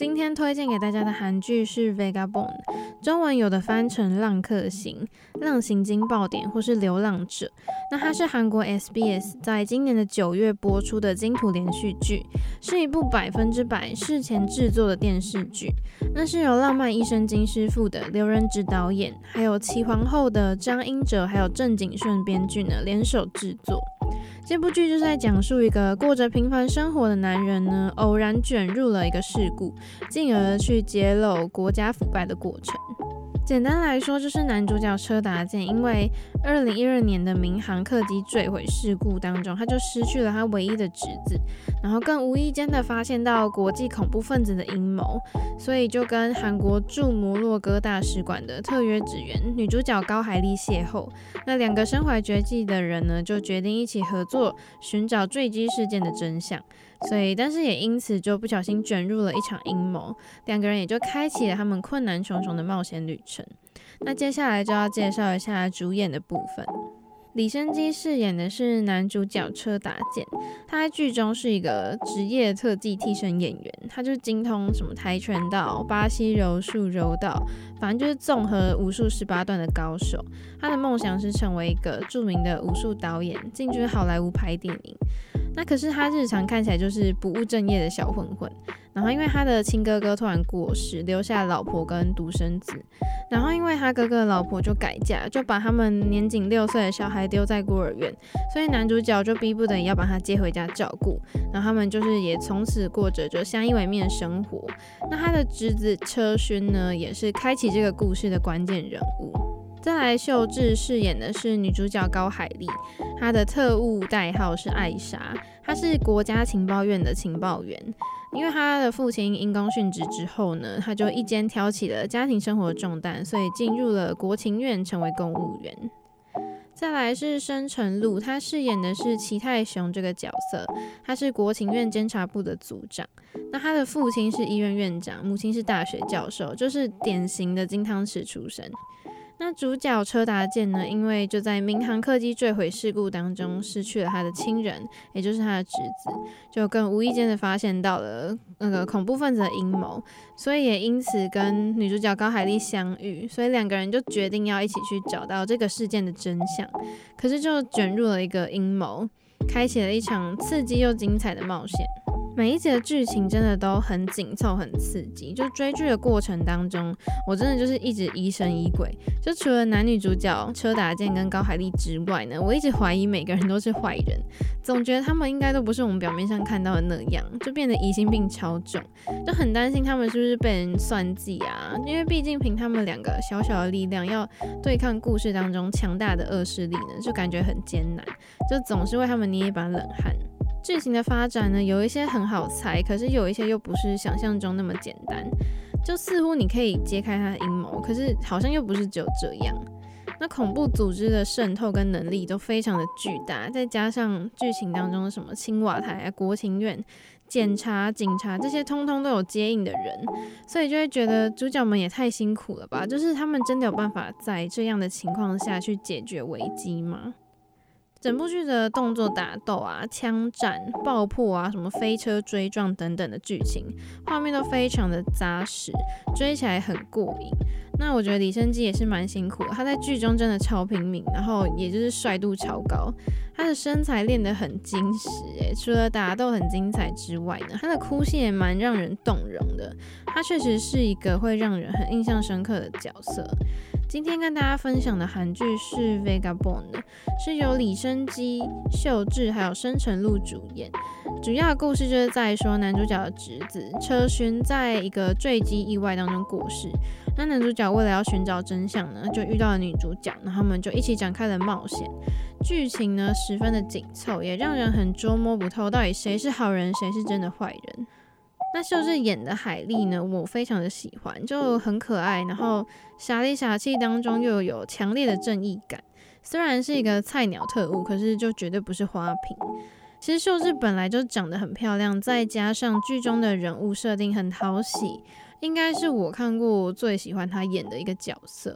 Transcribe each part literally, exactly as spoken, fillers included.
今天推荐给大家的韩剧是《Vagabond》，中文有的翻成《浪客行》、《浪行惊爆点》或是《流浪者》。那它是韩国 S B S 在今年的九月播出的金土连续剧，是一部百分之百事前制作的电视剧。那是由浪漫医生金师傅的刘仁植导演，还有齐皇后的张英哲还有郑景顺编剧呢联手制作。这部剧就是在讲述一个过着平凡生活的男人呢，偶然卷入了一个事故，进而去揭露国家腐败的过程。简单来说，就是男主角车达健因为二零一二年的民航客机坠毁事故当中，他就失去了他唯一的侄子，然后更无意间的发现到国际恐怖分子的阴谋，所以就跟韩国驻摩洛哥大使馆的特约职员女主角高海莉邂逅。那两个身怀绝技的人呢，就决定一起合作寻找坠机事件的真相。所以，但是也因此就不小心卷入了一场阴谋，两个人也就开启了他们困难重重的冒险旅程。那接下来就要介绍一下主演的部分。李昇基饰演的是男主角车达健，他在剧中是一个职业特技替身演员，他就精通什么跆拳道、巴西柔术、柔道，反正就是综合武术十八段的高手。他的梦想是成为一个著名的武术导演，进军好莱坞拍电影。那可是他日常看起来就是不务正业的小混混，然后因为他的亲哥哥突然过世，留下老婆跟独生子，然后因为他哥哥的老婆就改嫁，就把他们年仅六岁的小孩丢在孤儿院，所以男主角就逼不得已要把他接回家照顾，然后他们就是也从此过着就相依为命的生活。那他的侄子车勋呢，也是开启这个故事的关键人物。再来，秀智饰演的是女主角高海莉，她的特务代号是艾莎，她是国家情报院的情报员。因为她的父亲因公殉职之后呢，她就一肩挑起了家庭生活的重担，所以进入了国情院成为公务员。再来是申成禄，他饰演的是齐泰雄这个角色，他是国情院监察部的组长。那他的父亲是医院院长，母亲是大学教授，就是典型的金汤匙出身。那主角车达健呢，因为就在民航客机坠毁事故当中失去了他的亲人，也就是他的侄子，就更无意间的发现到了那个恐怖分子的阴谋，所以也因此跟女主角高海莉相遇，所以两个人就决定要一起去找到这个事件的真相。可是就卷入了一个阴谋，开启了一场刺激又精彩的冒险。每一集的剧情真的都很紧凑很刺激，就追剧的过程当中，我真的就是一直疑神疑鬼，就除了男女主角车达健跟高海莉之外呢，我一直怀疑每个人都是坏人，总觉得他们应该都不是我们表面上看到的那样，就变得疑心病超重，就很担心他们是不是被人算计啊，因为毕竟凭他们两个小小的力量要对抗故事当中强大的恶势力呢，就感觉很艰难，就总是为他们捏一把冷汗。剧情的发展呢，有一些很好猜，可是有一些又不是想象中那么简单，就似乎你可以揭开他的阴谋，可是好像又不是只有这样。那恐怖组织的渗透跟能力都非常的巨大，再加上剧情当中的什么青瓦台啊、国情院、检察、警察这些通通都有接应的人，所以就会觉得主角们也太辛苦了吧，就是他们真的有办法在这样的情况下去解决危机吗？整部剧的动作打斗啊、枪战、爆破啊、什么飞车追撞等等的剧情，画面都非常的扎实，追起来很过瘾。那我觉得李昇基也是蛮辛苦的，他在剧中真的超拼命，然后也就是帅度超高，他的身材练得很精实耶，除了打斗很精彩之外呢，他的哭戏也蛮让人动容的，他确实是一个会让人很印象深刻的角色。今天跟大家分享的韩剧是《Vagabond》，是由李昇基、秀智还有申成禄主演。主要的故事就是在说男主角的侄子车勋在一个坠机意外当中过世，那男主角为了要寻找真相呢，就遇到了女主角，然后他们就一起展开了冒险。剧情呢十分的紧凑，也让人很捉摸不透，到底谁是好人，谁是真的坏人。那秀智演的海莉呢，我非常的喜欢，就很可爱，然后傻里傻气当中又有强烈的正义感。虽然是一个菜鸟特务，可是就绝对不是花瓶。其实秀智本来就长得很漂亮，再加上剧中的人物设定很讨喜，应该是我看过最喜欢她演的一个角色。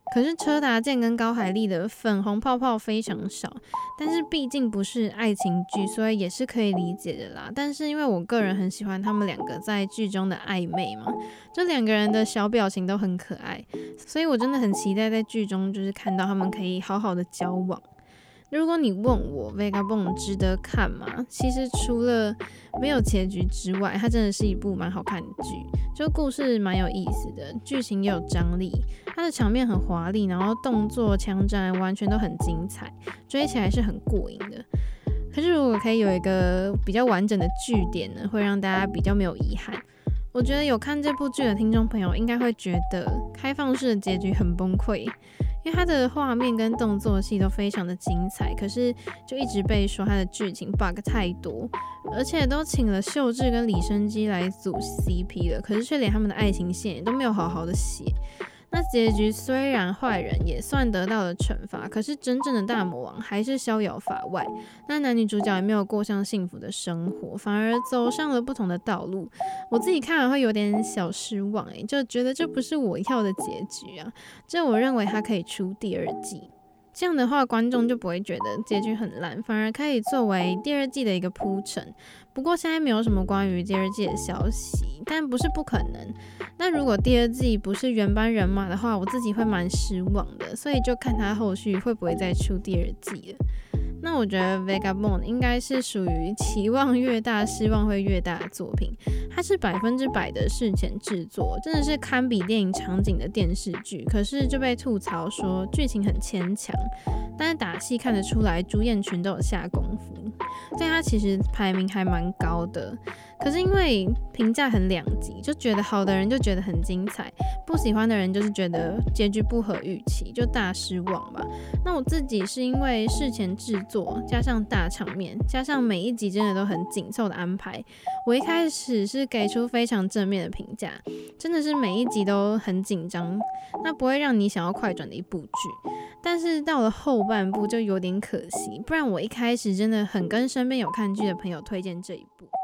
可是车达健跟高海莉的粉红泡泡非常少，但是毕竟不是爱情剧，所以也是可以理解的啦。但是因为我个人很喜欢他们两个在剧中的暧昧嘛，就两个人的小表情都很可爱，所以我真的很期待在剧中就是看到他们可以好好的交往。如果你问我 Vagabond 值得看吗？其实除了没有结局之外，它真的是一部蛮好看的剧，就故事蛮有意思的，剧情也有张力，它的场面很华丽，然后动作枪战完全都很精彩，追起来是很过瘾的。可是如果可以有一个比较完整的句点呢，会让大家比较没有遗憾。我觉得有看这部剧的听众朋友应该会觉得开放式的结局很崩溃，因为它的画面跟动作戏都非常的精彩，可是就一直被说它的剧情 bug 太多，而且都请了秀智跟李生基来组 C P 了，可是却连他们的爱情线都没有好好的写。那结局虽然坏人也算得到了惩罚，可是真正的大魔王还是逍遥法外。那男女主角也没有过上幸福的生活，反而走上了不同的道路。我自己看完会有点小失望，欸，就觉得这不是我要的结局啊。这我认为它可以出第二季。这样的话，观众就不会觉得结局很烂，反而可以作为第二季的一个铺陈。不过现在没有什么关于第二季的消息，但不是不可能。那如果第二季不是原班人马的话，我自己会蛮失望的，所以就看他后续会不会再出第二季了。那我觉得 Vagabond 应该是属于期望越大失望会越大的作品，它是百分之百的事前制作，真的是堪比电影场景的电视剧，可是就被吐槽说剧情很牵强，但是打戏看得出来主演群都有下功夫，所以它其实排名还蛮高的。可是因为评价很两极，就觉得好的人就觉得很精彩，不喜欢的人就是觉得结局不合预期，就大失望吧。那我自己是因为事前制作加上大场面，加上每一集真的都很紧凑的安排，我一开始是给出非常正面的评价，真的是每一集都很紧张，那不会让你想要快转的一部剧。但是到了后半部就有点可惜，不然我一开始真的很跟身边有看剧的朋友推荐这一部。